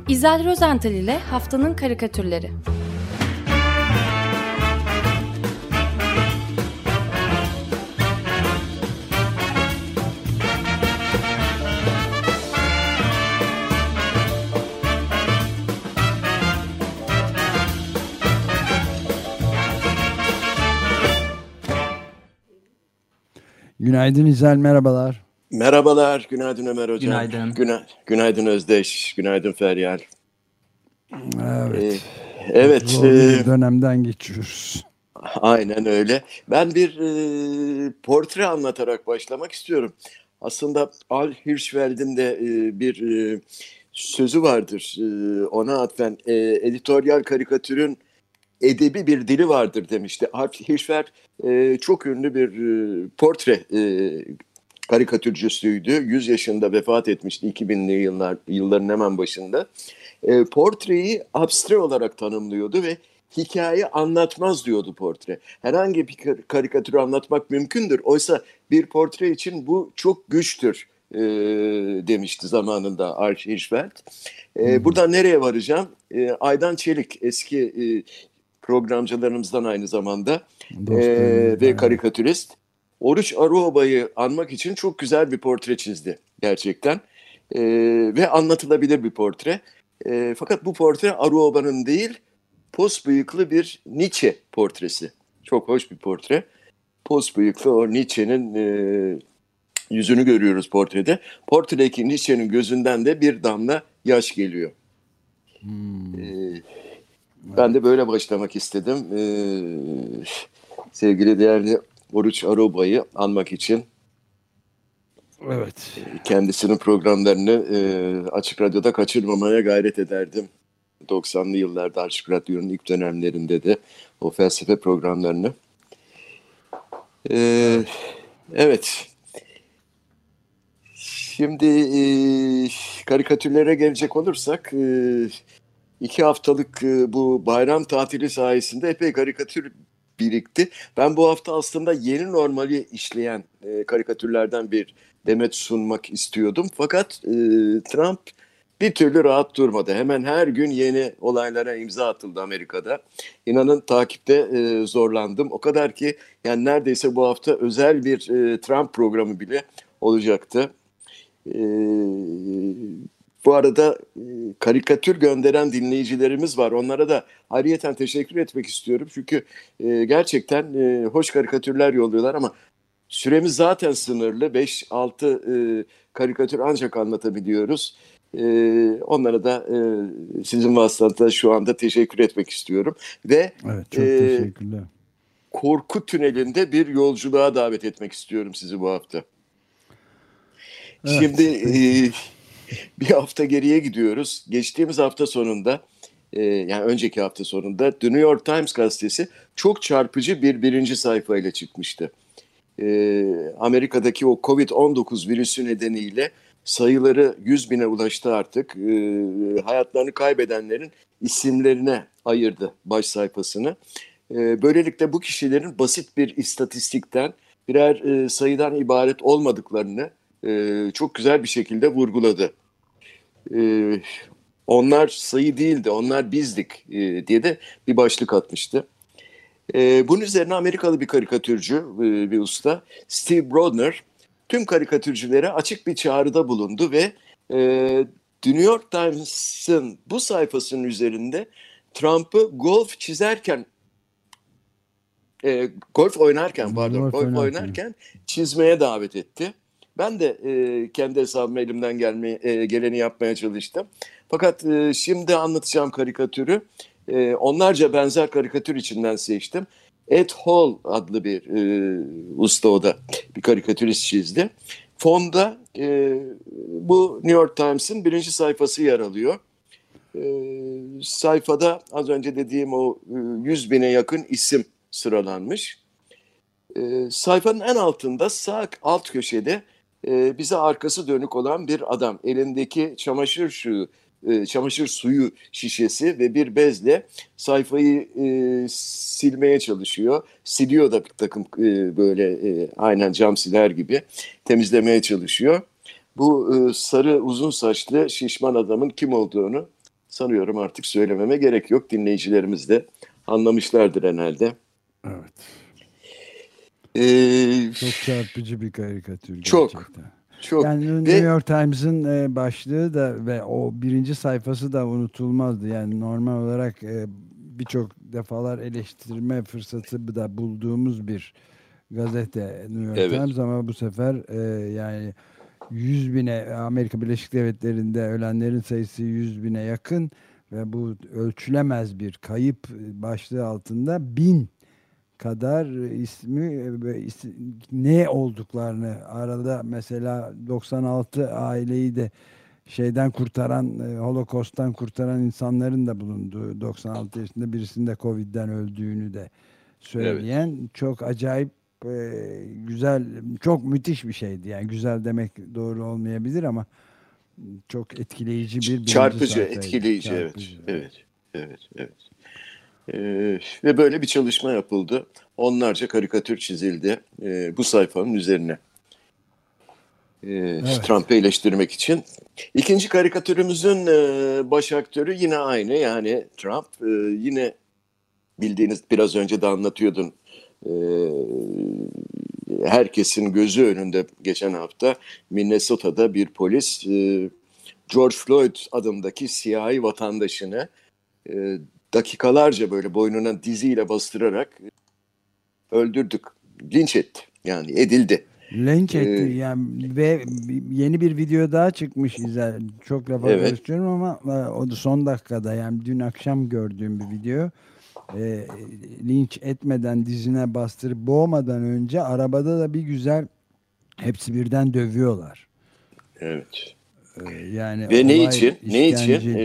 İzel Rozental ile Haftanın Karikatürleri. Günaydın İzel, merhabalar. Merhabalar, günaydın Ömer Hocam. Günaydın. Günaydın Özdeş, günaydın Feryal. Evet. Evet. Zor bir dönemden geçiyoruz. Aynen öyle. Ben bir portre anlatarak başlamak istiyorum. Aslında Al Hirschfeld'in de bir sözü vardır. Ona atfen editoryal karikatürün edebi bir dili vardır demişti. Al Hirschfeld çok ünlü bir portre karikatürcüsüydü. 100 yaşında vefat etmişti 2000'li yılların hemen başında. Portreyi abstre olarak tanımlıyordu ve hikaye anlatmaz diyordu portre. Herhangi bir karikatürü anlatmak mümkündür. Oysa bir portre için bu çok güçtür demişti zamanında Arch Hirschfeld. Buradan nereye varacağım? Aydan Çelik, eski programcılarımızdan aynı zamanda ve karikatürist. Oruç Arıoba'yı anmak için çok güzel bir portre çizdi gerçekten. Ve anlatılabilir bir portre. Fakat bu portre Arıoba'nın değil, pos bıyıklı bir Nietzsche portresi. Çok hoş bir portre. Pos bıyıklı o Nietzsche'nin yüzünü görüyoruz portrede. Portredeki Nietzsche'nin gözünden de bir damla yaş geliyor. Ben de böyle başlamak istedim. Sevgili değerli Oruç Arıoba'yı anmak için. Evet. Kendisinin programlarını Açık Radyo'da kaçırmamaya gayret ederdim. 90'lı yıllarda Açık Radyo'nun ilk dönemlerinde de o felsefe programlarını. Evet. Şimdi karikatürlere gelecek olursak 2 haftalık bu bayram tatili sayesinde epey karikatür birikti. Ben bu hafta aslında yeni normali işleyen karikatürlerden bir demet sunmak istiyordum. Fakat Trump bir türlü rahat durmadı. Hemen her gün yeni olaylara imza atıldı Amerika'da. İnanın takipte zorlandım. O kadar ki yani neredeyse bu hafta özel bir Trump programı bile olacaktı. Bu arada karikatür gönderen dinleyicilerimiz var. Onlara da ayrıyeten teşekkür etmek istiyorum. Çünkü gerçekten hoş karikatürler yolluyorlar ama süremiz zaten sınırlı. 5-6 karikatür ancak anlatabiliyoruz. Onlara da sizin vasıtanızda şu anda teşekkür etmek istiyorum. Ve evet, çok teşekkürler. Korku tünelinde bir yolculuğa davet etmek istiyorum sizi bu hafta. Evet. Şimdi bir hafta geriye gidiyoruz. Geçtiğimiz hafta sonunda, yani önceki hafta sonunda The New York Times gazetesi çok çarpıcı bir birinci sayfayla çıkmıştı. Amerika'daki o Covid-19 virüsü nedeniyle sayıları 100 bine ulaştı artık. Hayatlarını kaybedenlerin isimlerine ayırdı baş sayfasını. Böylelikle bu kişilerin basit bir istatistikten birer sayıdan ibaret olmadıklarını çok güzel bir şekilde vurguladı. Onlar sayı değildi, onlar bizdik diye de bir başlık atmıştı. Bunun üzerine Amerikalı bir karikatürcü, bir usta, Steve Brodner, tüm karikatürcülere açık bir çağrıda bulundu ve The New York Times'ın bu sayfasının üzerinde Trump'ı golf oynarken çizmeye davet etti. Ben de kendi hesabıma elimden geleni yapmaya çalıştım. Fakat şimdi anlatacağım karikatürü onlarca benzer karikatür içinden seçtim. Ed Hall adlı bir usta, o da bir karikatürist çizdi. Fonda bu New York Times'ın birinci sayfası yer alıyor. Sayfada az önce dediğim o 100 bine yakın isim sıralanmış. Sayfanın en altında sağ alt köşede bize arkası dönük olan bir adam. Elindeki çamaşır suyu şişesi ve bir bezle sayfayı silmeye çalışıyor. Siliyor da bir takım böyle aynen cam siler gibi temizlemeye çalışıyor. Bu sarı uzun saçlı şişman adamın kim olduğunu sanıyorum artık söylememe gerek yok. Dinleyicilerimiz de anlamışlardır herhalde. Evet. Ee, Çok çarpıcı bir karikatür çok, gerçekten. çok Yani New ve York Times'ın başlığı da ve o birinci sayfası da unutulmazdı. Yani normal olarak birçok defalar eleştirme fırsatı da bulduğumuz bir gazete New York evet, Times, ama bu sefer yani 100 bine, Amerika Birleşik Devletleri'nde ölenlerin sayısı 100 bine yakın ve bu ölçülemez bir kayıp başlığı altında 1000 kadar ismi ve ne olduklarını, arada mesela 96 aileyi de şeyden kurtaran, Holocaust'tan kurtaran insanların da bulunduğu, 96 yaşında birisinin de Covid'den öldüğünü de evet. söyleyen çok acayip, güzel, çok müthiş bir şeydi. Yani güzel demek doğru olmayabilir ama çok etkileyici bir birinci Çarpıcı, sayfaydı. etkileyici, evet, Çarpıcı. evet, evet, evet. Ve böyle bir çalışma yapıldı. Onlarca karikatür çizildi bu sayfanın üzerine. Evet. Trump'ı eleştirmek için. İkinci karikatürümüzün baş aktörü yine aynı, yani Trump. Yine bildiğiniz, biraz önce de anlatıyordun. E, Herkesin gözü önünde geçen hafta Minnesota'da bir polis George Floyd adındaki siyahi vatandaşını dakikalarca böyle boynuna diziyle bastırarak öldürdük, linç etti. Yani edildi. Linç etti E, yani. Ve yeni bir video daha çıkmış, İzel. Çok lafa evet, karıştırıyorum ama o da son dakikada, yani dün akşam gördüğüm bir video. Linç etmeden, dizine bastırıp boğmadan önce arabada da bir güzel hepsi birden dövüyorlar. evet. Yani Ve ne olay için? Ne için? işkence,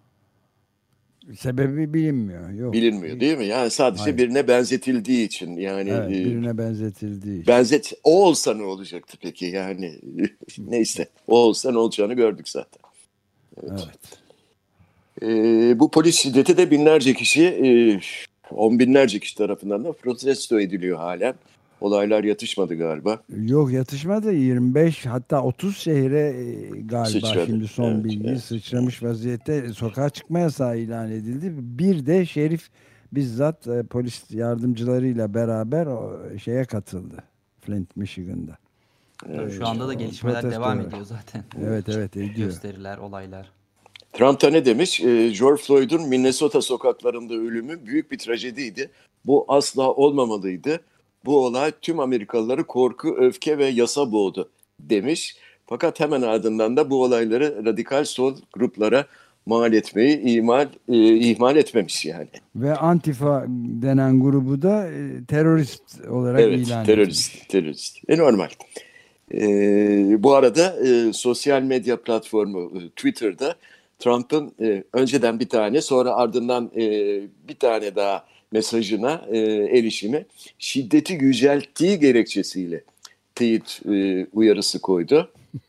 sebebi bilinmiyor. Yok. Bilinmiyor değil mi? Yani sadece Hayır. birine benzetildiği için. Yani Evet, birine benzetildiği için. o olsa ne olacaktı peki? Yani neyse, o olsa ne olacağını gördük zaten. Evet. Evet. Bu polis şiddeti de binlerce kişi, on binlerce kişi tarafından da protesto ediliyor halen. Olaylar yatışmadı galiba. Yok, yatışmadı. 25 hatta 30 şehre galiba Sıçradı. şimdi son Evet, bilgi evet, evet. sıçramış vaziyette, sokağa çıkma yasağı ilan edildi. Bir de şerif bizzat polis yardımcılarıyla beraber o şeye katıldı. Flint, Michigan'da. Tabii Evet. şu anda da O gelişmeler devam protestolar. ediyor zaten. Evet, evet, ediyor. Gösteriler, olaylar. Trump da ne demiş? George Floyd'un Minnesota sokaklarında ölümü büyük bir trajediydi. Bu asla olmamalıydı. Bu olay tüm Amerikalıları korku, öfke ve yasa boğdu demiş. Fakat hemen ardından da bu olayları radikal sol gruplara mal etmeyi ihmal etmemiş yani. Ve Antifa denen grubu da terörist olarak Evet, ilan etmiş. terörist. Normal. Bu arada sosyal medya platformu Twitter'da Trump'ın önceden bir tane, sonra ardından bir tane daha mesajına erişimi şiddeti yücelttiği gerekçesiyle teyit uyarısı koydu.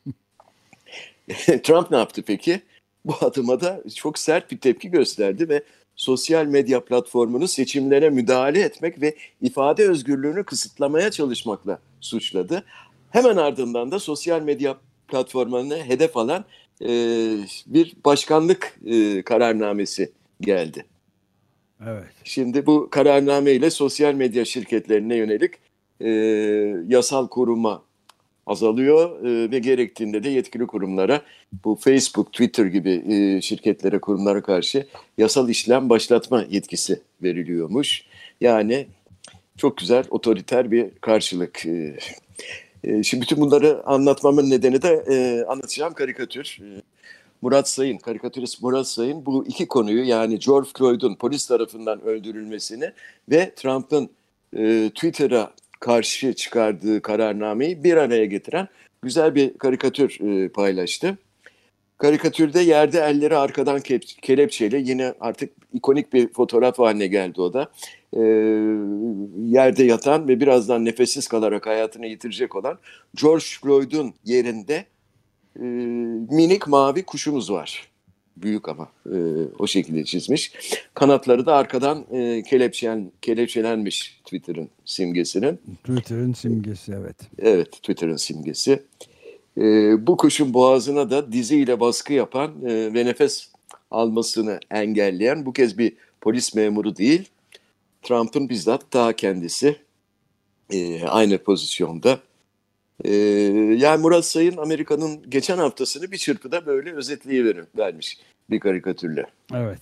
Trump ne yaptı peki? Bu adıma da çok sert bir tepki gösterdi ve sosyal medya platformunu seçimlere müdahale etmek ve ifade özgürlüğünü kısıtlamaya çalışmakla suçladı. Hemen ardından da sosyal medya platformlarını hedef alan e, bir başkanlık kararnamesi geldi. Evet. Şimdi bu kararname ile sosyal medya şirketlerine yönelik e, yasal koruma azalıyor ve gerektiğinde de yetkili kurumlara, bu Facebook, Twitter gibi şirketlere, kurumlara karşı yasal işlem başlatma yetkisi veriliyormuş. Yani çok güzel, otoriter bir karşılık. Şimdi bütün bunları anlatmamın nedeni de anlatacağım karikatür. Murat Sayın, karikatürist Murat Sayın bu iki konuyu, yani George Floyd'un polis tarafından öldürülmesini ve Trump'ın Twitter'a karşı çıkardığı kararnameyi bir araya getiren güzel bir karikatür paylaştı. Karikatürde yerde elleri arkadan kelepçeyle, yine artık ikonik bir fotoğraf haline geldi o da. Yerde yatan ve birazdan nefessiz kalarak hayatını yitirecek olan George Floyd'un yerinde minik mavi kuşumuz var. Büyük ama o şekilde çizmiş. Kanatları da arkadan kelepçelenmiş Twitter'ın simgesinin. Twitter'ın simgesi, evet. Evet, Twitter'ın simgesi. Bu kuşun boğazına da diziyle baskı yapan ve nefes almasını engelleyen bu kez bir polis memuru değil, Trump'ın bizzat ta kendisi aynı pozisyonda. Yani Murat Sayın Amerika'nın geçen haftasını bir çırpıda böyle özetleyivermiş bir karikatürle. Evet.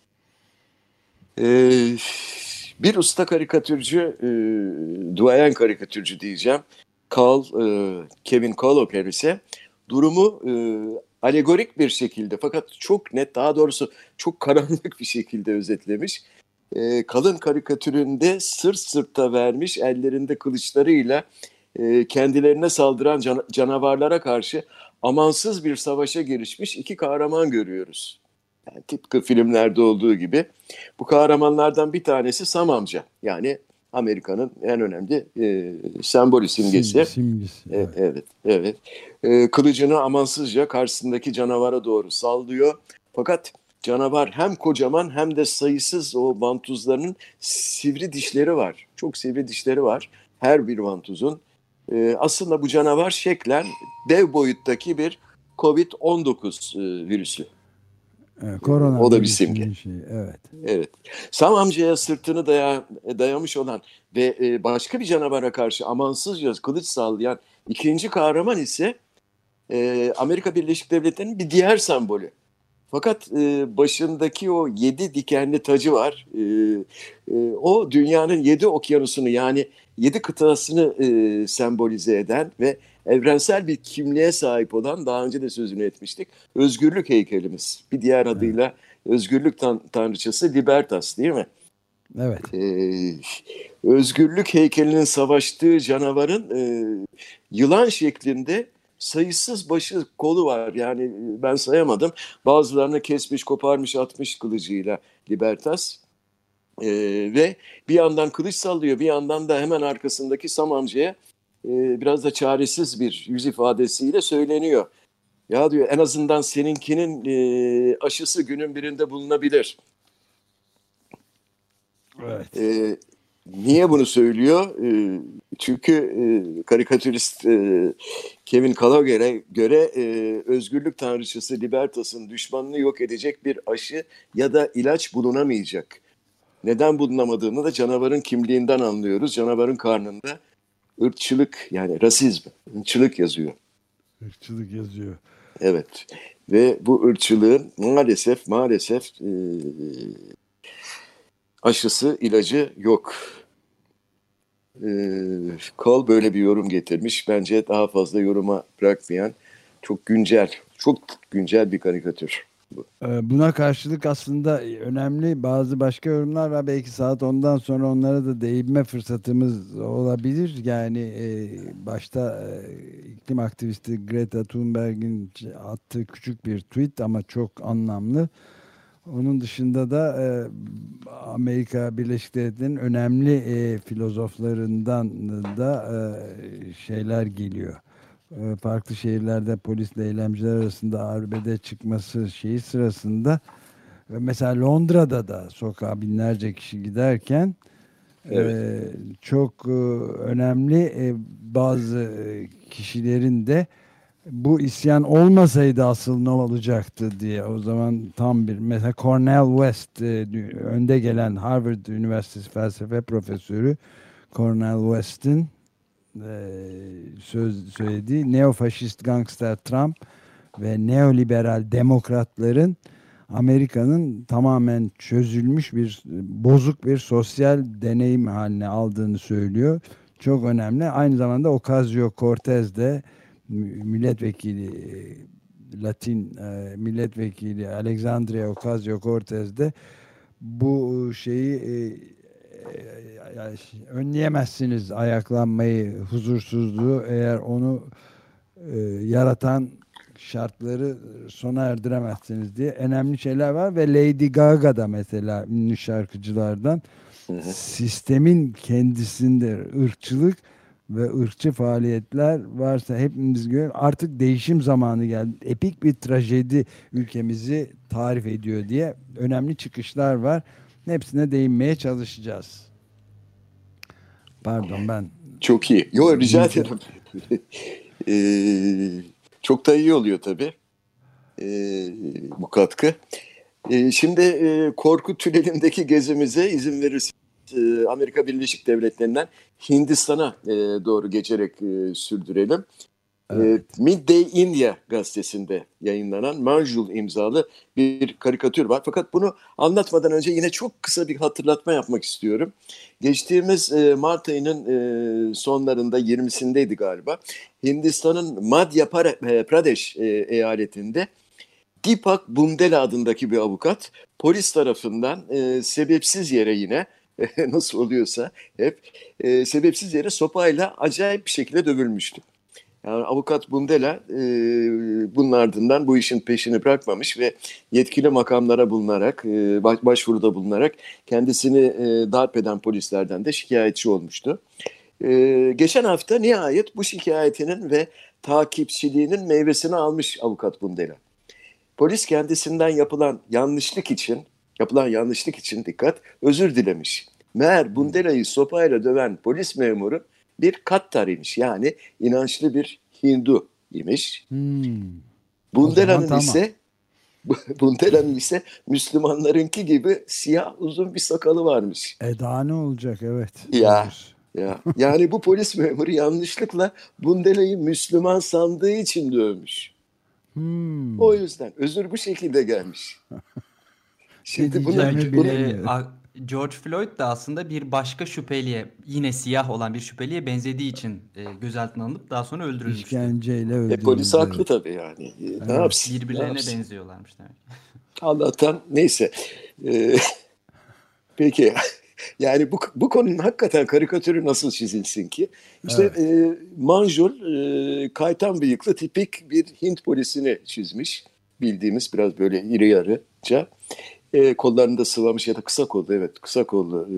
Bir usta karikatürcü, duayen karikatürcü diyeceğim, Kevin Collier ise durumu alegorik bir şekilde fakat çok net, daha doğrusu çok karanlık bir şekilde özetlemiş. Kalın karikatüründe sırt sırta vermiş, ellerinde kılıçlarıyla kendilerine saldıran canavarlara karşı amansız bir savaşa girişmiş iki kahraman görüyoruz. Yani tıpkı filmlerde olduğu gibi. Bu kahramanlardan bir tanesi Sam amca. Yani Amerika'nın en önemli sembolü, simgesi. Simgesi. Evet. Kılıcını amansızca karşısındaki canavara doğru sallıyor. Fakat canavar hem kocaman hem de sayısız o vantuzlarının sivri dişleri var. Çok sivri dişleri var her bir vantuzun. Aslında bu canavar şeklen dev boyuttaki bir COVID-19 virüsü. Korona o da bir simge. Evet. Sam amcaya sırtını dayamış olan ve başka bir canavara karşı amansızca kılıç sallayan ikinci kahraman ise Amerika Birleşik Devletleri'nin bir diğer sembolü. Fakat başındaki o 7 dikenli tacı var. O dünyanın 7 okyanusunu, yani 7 kıtasını sembolize eden ve evrensel bir kimliğe sahip olan, daha önce de sözünü etmiştik, özgürlük heykelimiz. Bir diğer adıyla özgürlük tanrıçası Libertas, değil mi? Evet. Özgürlük heykelinin savaştığı canavarın yılan şeklinde sayısız başı kolu var. Yani ben sayamadım. Bazılarını kesmiş, koparmış, atmış kılıcıyla Libertas. Ve bir yandan kılıç sallıyor, bir yandan da hemen arkasındaki Sam amcaya biraz da çaresiz bir yüz ifadesiyle söyleniyor. Ya diyor, en azından seninkinin aşısı günün birinde bulunabilir. Evet. Niye bunu söylüyor? Çünkü karikatürist Kevin Colliger'e göre özgürlük tanrıçası Libertas'ın düşmanını yok edecek bir aşı ya da ilaç bulunamayacak. Neden bulunamadığını da canavarın kimliğinden anlıyoruz. Canavarın karnında ırkçılık, yani rasizm, ırkçılık yazıyor. Irkçılık yazıyor. Evet. Ve bu ırkçılığın maalesef aşısı, ilacı yok. Kol böyle bir yorum getirmiş. Bence daha fazla yoruma bırakmayan çok güncel bir karikatür. Buna karşılık aslında önemli bazı başka yorumlar var. Belki saat 10'dan sonra onlara da değinme fırsatımız olabilir. Yani başta iklim aktivisti Greta Thunberg'in attığı küçük bir tweet ama çok anlamlı. Onun dışında da Amerika Birleşik Devletleri'nin önemli filozoflarından da şeyler geliyor. Farklı şehirlerde polisle eylemciler arasında arbede çıkması şeyi sırasında mesela Londra'da da sokağa binlerce kişi giderken çok önemli bazı kişilerin de bu isyan olmasaydı asıl ne olacaktı diye, o zaman tam bir, mesela Cornel West önde gelen Harvard Üniversitesi felsefe profesörü Cornel West'in söylediği neofaşist gangster Trump ve neoliberal demokratların Amerika'nın tamamen çözülmüş bir bozuk bir sosyal deneyim haline aldığını söylüyor. Çok önemli. Aynı zamanda Ocasio-Cortez de milletvekili, Latin milletvekili Alexandria Ocasio-Cortez de bu şeyi önleyemezsiniz, ayaklanmayı, huzursuzluğu, eğer onu yaratan şartları sona erdiremezsiniz diye önemli şeyler var. Ve Lady Gaga da mesela ünlü şarkıcılardan sistemin kendisinde ırkçılık ve ırkçı faaliyetler varsa hepimiz görüyoruz. Artık değişim zamanı geldi. Epik bir trajedi ülkemizi tarif ediyor diye önemli çıkışlar var. Hepsine değinmeye çalışacağız. Pardon, ben... Çok iyi. Yok, rica ederim. Çok da iyi oluyor tabii bu katkı. Şimdi korku tünelindeki gezimize izin verirseniz Amerika Birleşik Devletleri'nden Hindistan'a doğru geçerek sürdürelim. Evet. Midday India gazetesinde yayınlanan Manjul imzalı bir karikatür var. Fakat bunu anlatmadan önce yine çok kısa bir hatırlatma yapmak istiyorum. Geçtiğimiz Mart ayının sonlarında 20'sindeydi galiba. Hindistan'ın Madhya Pradesh eyaletinde Deepak Bundela adındaki bir avukat polis tarafından sebepsiz yere yine nasıl oluyorsa hep sebepsiz yere sopayla acayip bir şekilde dövülmüştü. Yani avukat Bundela bunun ardından bu işin peşini bırakmamış ve yetkili makamlara bulunarak, başvuruda bulunarak kendisini darp eden polislerden de şikayetçi olmuştu. Geçen hafta nihayet bu şikayetinin ve takipçiliğinin meyvesini almış avukat Bundela. Polis kendisinden yapılan yanlışlık için dikkat, özür dilemiş. Meğer Bundela'yı sopayla döven polis memuru bir Kattar imiş. Yani inançlı bir Hindu imiş. Bundela'nın Tamam. Bundela'nın ise Müslümanlarınki gibi siyah uzun bir sakalı varmış. Daha ne olacak, evet. Ya yani bu polis memuru yanlışlıkla Bundela'yı Müslüman sandığı için dövmüş. O yüzden özür bu şekilde gelmiş. Şimdi diyeceğimi bilemiyorum. George Floyd da aslında bir başka şüpheliye, yine siyah olan bir şüpheliye benzediği için gözaltına alınıp daha sonra öldürülmüştü. İşkenceyle öldürüldü. Polis haklı tabii yani. Ne yapsın? Birbirlerine benziyorlarmış demek. Allah'tan neyse. Peki. Yani bu konunun hakikaten karikatürü nasıl çizilsin ki? İşte Manjul kaytan bıyıklı tipik bir Hint polisini çizmiş. Bildiğimiz biraz böyle iri yarıca. Kollarını da sıvamış ya da kısa kollu, evet kısa kollu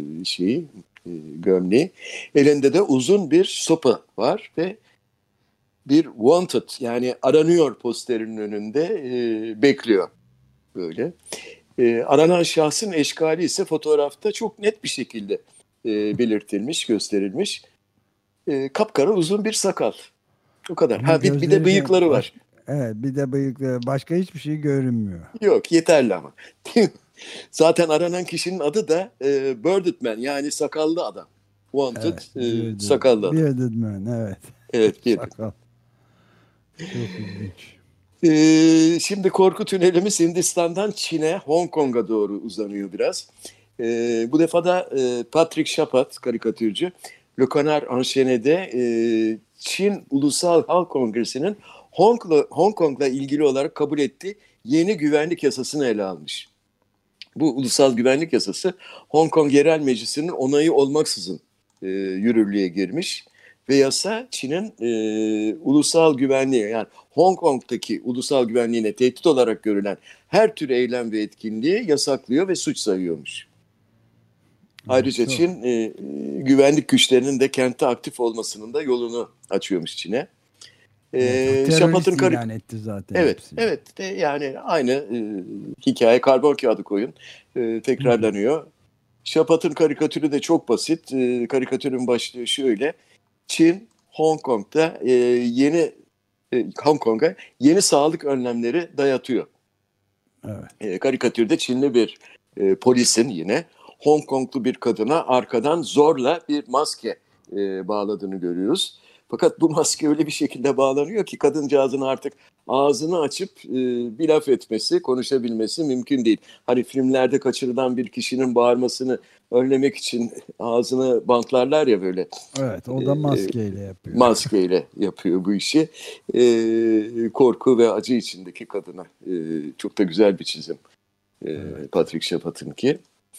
gömleği. Elinde de uzun bir sopa var ve bir wanted yani aranıyor posterinin önünde bekliyor böyle. Aranan şahsın eşkali ise fotoğrafta çok net bir şekilde belirtilmiş, gösterilmiş. Kapkara uzun bir sakal. O kadar. Bir de bıyıkları var. Evet, bir de bıyıkları. Başka hiçbir şey görünmüyor. Yok, yeterli ama. Zaten aranan kişinin adı da Bearded Man, yani sakallı adam. Wanted, evet, sakallı adam. Bearded Man, evet. Evet, Bearded. Sakal. Çok ilginç. Şimdi korku tünelimiz Hindistan'dan Çin'e, Hong Kong'a doğru uzanıyor biraz. Bu defa da Patrick Chapat, karikatürcü, Le Canard Enchaîné'de Çin Ulusal Halk Kongresi'nin Hong Kong'la ilgili olarak kabul ettiği yeni güvenlik yasasını ele almış. Bu ulusal güvenlik yasası Hong Kong Yerel Meclisi'nin onayı olmaksızın yürürlüğe girmiş. Ve yasa Çin'in ulusal güvenliği, yani Hong Kong'daki ulusal güvenliğine tehdit olarak görülen her tür eylem ve etkinliği yasaklıyor ve suç sayıyormuş. Ayrıca Çin güvenlik güçlerinin de kentte aktif olmasının da yolunu açıyormuş Çin'e. Terörist ilan etti zaten. Evet, yani aynı hikaye, karbon kağıdı koyun tekrarlanıyor. Chapat'ın karikatürü de çok basit. Karikatürün başlığı şöyle: Çin Hong Kong'da Hong Kong'a yeni sağlık önlemleri dayatıyor. Evet. Karikatürde Çinli bir polisin yine Hong Konglu bir kadına arkadan zorla bir maske bağladığını görüyoruz. Fakat bu maske öyle bir şekilde bağlanıyor ki kadıncağızın artık ağzını açıp bir laf etmesi, konuşabilmesi mümkün değil. Hani filmlerde kaçırılan bir kişinin bağırmasını önlemek için ağzını bantlarlar ya böyle. Evet, o da maskeyle yapıyor. Maskeyle yapıyor bu işi. Korku ve acı içindeki kadına. Çok da güzel bir çizim. Evet. Patrick Chapat'ınki.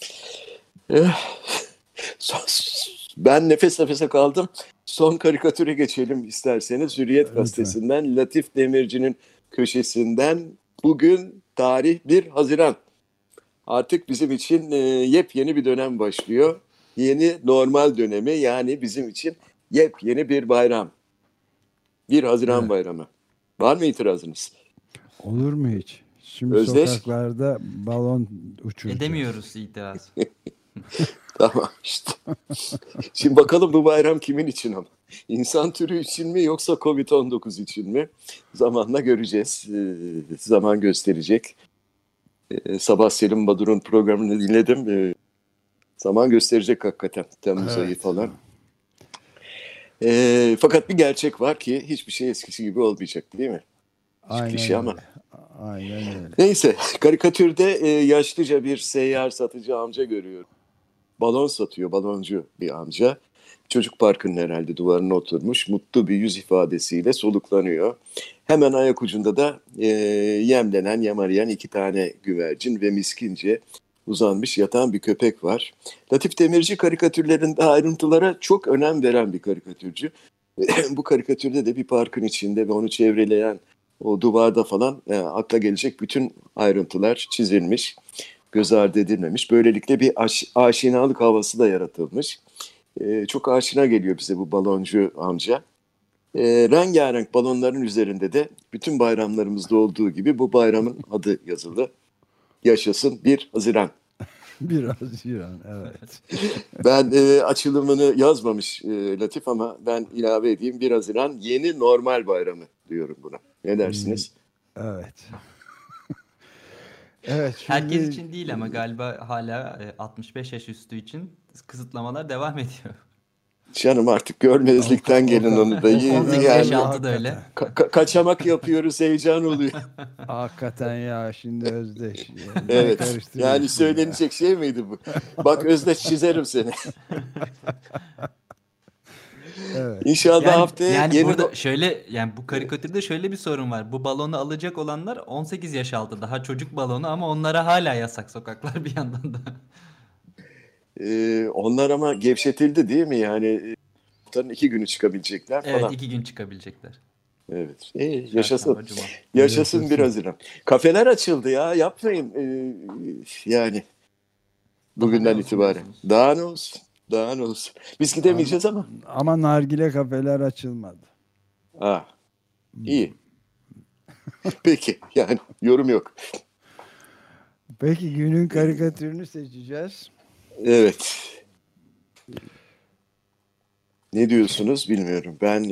Ben nefes nefese kaldım. Son karikatüre geçelim isterseniz. Hürriyet gazetesinden Latif Demirci'nin köşesinden bugün tarih 1 Haziran. Artık bizim için yepyeni bir dönem başlıyor. Yeni normal dönemi, yani bizim için yepyeni bir bayram. 1 Haziran bayramı. Var mı itirazınız? Olur mu hiç? Şimdi sokaklarda balon uçuracağız. Edemiyoruz itiraz. Tamam işte. Şimdi bakalım bu bayram kimin için ama? İnsan türü için mi yoksa Covid-19 için mi? Zamanla göreceğiz. Zaman gösterecek. Sabah Selim Badur'un programını dinledim. Zaman gösterecek hakikaten Temmuz ayı falan. Fakat bir gerçek var ki hiçbir şey eskisi gibi olmayacak, değil mi? Aynen Klişe ama. Aynen öyle. Neyse, karikatürde yaşlıca bir seyyar satıcı amca görüyorum. Balon satıyor, baloncu bir amca. Çocuk parkının herhalde duvarına oturmuş, mutlu bir yüz ifadesiyle soluklanıyor. Hemen ayak ucunda da yemlenen, yem arayan 2 tane güvercin ve miskince uzanmış yatan bir köpek var. Latif Demirci karikatürlerinde ayrıntılara çok önem veren bir karikatürcü. Bu karikatürde de bir parkın içinde ve onu çevreleyen o duvarda falan akla gelecek bütün ayrıntılar çizilmiş, göz ardı edilmemiş. Böylelikle bir aşinalık havası da yaratılmış. Çok aşina geliyor bize bu baloncu amca. Rengarenk balonların üzerinde de bütün bayramlarımızda olduğu gibi bu bayramın adı yazılı. Yaşasın 1 Haziran. 1 Haziran, evet. Ben açılımını yazmamış Latif ama ben ilave edeyim. 1 Haziran yeni normal bayramı diyorum buna. Ne dersiniz? Evet. Evet. Şimdi... Herkes için değil ama galiba hala 65 yaş üstü için kısıtlamalar devam ediyor. Canım artık görmezlikten gelin onu da. 18 yaş altı da öyle. Kaçamak yapıyoruz, heyecan oluyor. Hakikaten ya, şimdi Özdeş. Evet. Yani söylenecek şey miydi bu? Bak Özdeş, çizerim seni. Evet. İnşallah haftaya yani yeni... burada şöyle, yani bu karikatürde şöyle bir sorun var. Bu balonu alacak olanlar 18 yaş altı, daha çocuk balonu ama onlara hala yasak sokaklar bir yandan da. Onlar ama gevşetildi değil mi? Yani haftanın 2 günü çıkabilecekler falan. Evet, 2 gün çıkabilecekler. Evet. Yaşasın. Çarşamba, cuma. Yaşasın 1 Haziran. Kafeler açıldı ya. Yapmayın. Yani bugünden itibaren. Daha ne olsun? Daha ne olsun? Biz gidemeyeceğiz ama. Ama nargile kafeler açılmadı. İyi. Peki. Yani yorum yok. Peki günün karikatürünü seçeceğiz. Evet. Ne diyorsunuz bilmiyorum. Ben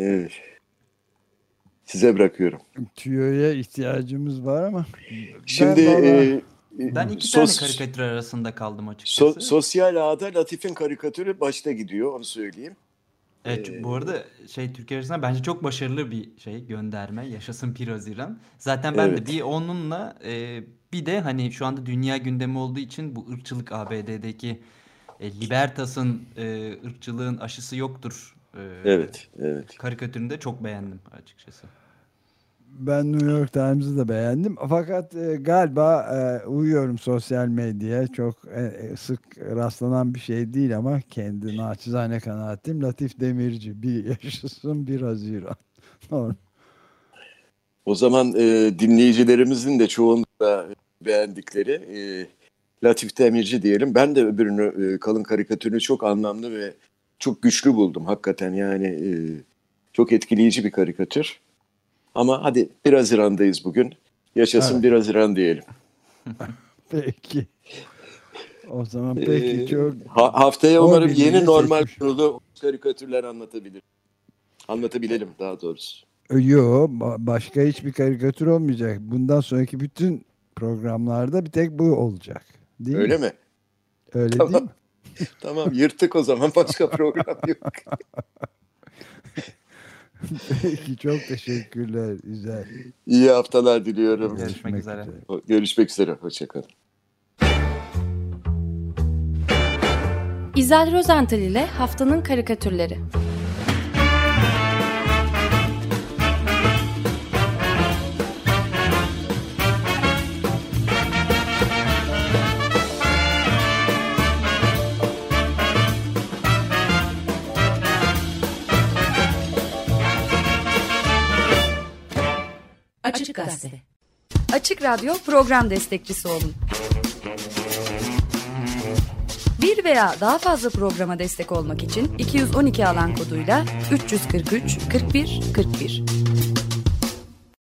size bırakıyorum. Tüyoya ihtiyacımız var ama. Şimdi ben 2 tane karikatür arasında kaldım açıkçası. Sosyal ağda Latif'in karikatürü başta gidiyor, onu söyleyeyim. Evet, bu arada Türkiye arasında bence çok başarılı bir gönderme. Yaşasın 1 Haziran. Zaten ben de bir onunla bir de hani şu anda dünya gündemi olduğu için bu ırkçılık, ABD'deki Libertas'ın ırkçılığın aşısı yoktur. Evet. Karikatürünü de çok beğendim açıkçası. Ben New York Times'ı da beğendim. Fakat galiba uyuyorum sosyal medyaya. Çok sık rastlanan bir şey değil ama kendi naçizane kanaatim. Latif Demirci. Yaşasın 1 Haziran. O zaman dinleyicilerimizin de çoğunlukla beğendikleri Latif Demirci diyelim. Ben de öbürünü, kalın karikatürünü çok anlamlı ve çok güçlü buldum. Hakikaten yani çok etkileyici bir karikatür. Ama hadi 1 Haziran'dayız bugün. Yaşasın 1 Haziran diyelim. Peki. O zaman peki çok... Haftaya umarım yeni normal kurulu karikatürler anlatabilelim daha doğrusu. Yok, başka hiçbir karikatür olmayacak. Bundan sonraki bütün programlarda bir tek bu olacak. Değil Öyle mi? mi? Öyle tamam. değil mi? Tamam, yırttık o zaman, başka program yok. Peki, çok teşekkürler İzel. İyi haftalar diliyorum. Görüşmek üzere. Görüşmek üzere. Hoşçakalın. İzel Rozental ile Haftanın Karikatürleri. Açık Gazete. Açık Radyo program destekçisi olun. Bir veya daha fazla programa destek olmak için 212 alan koduyla 343 41 41.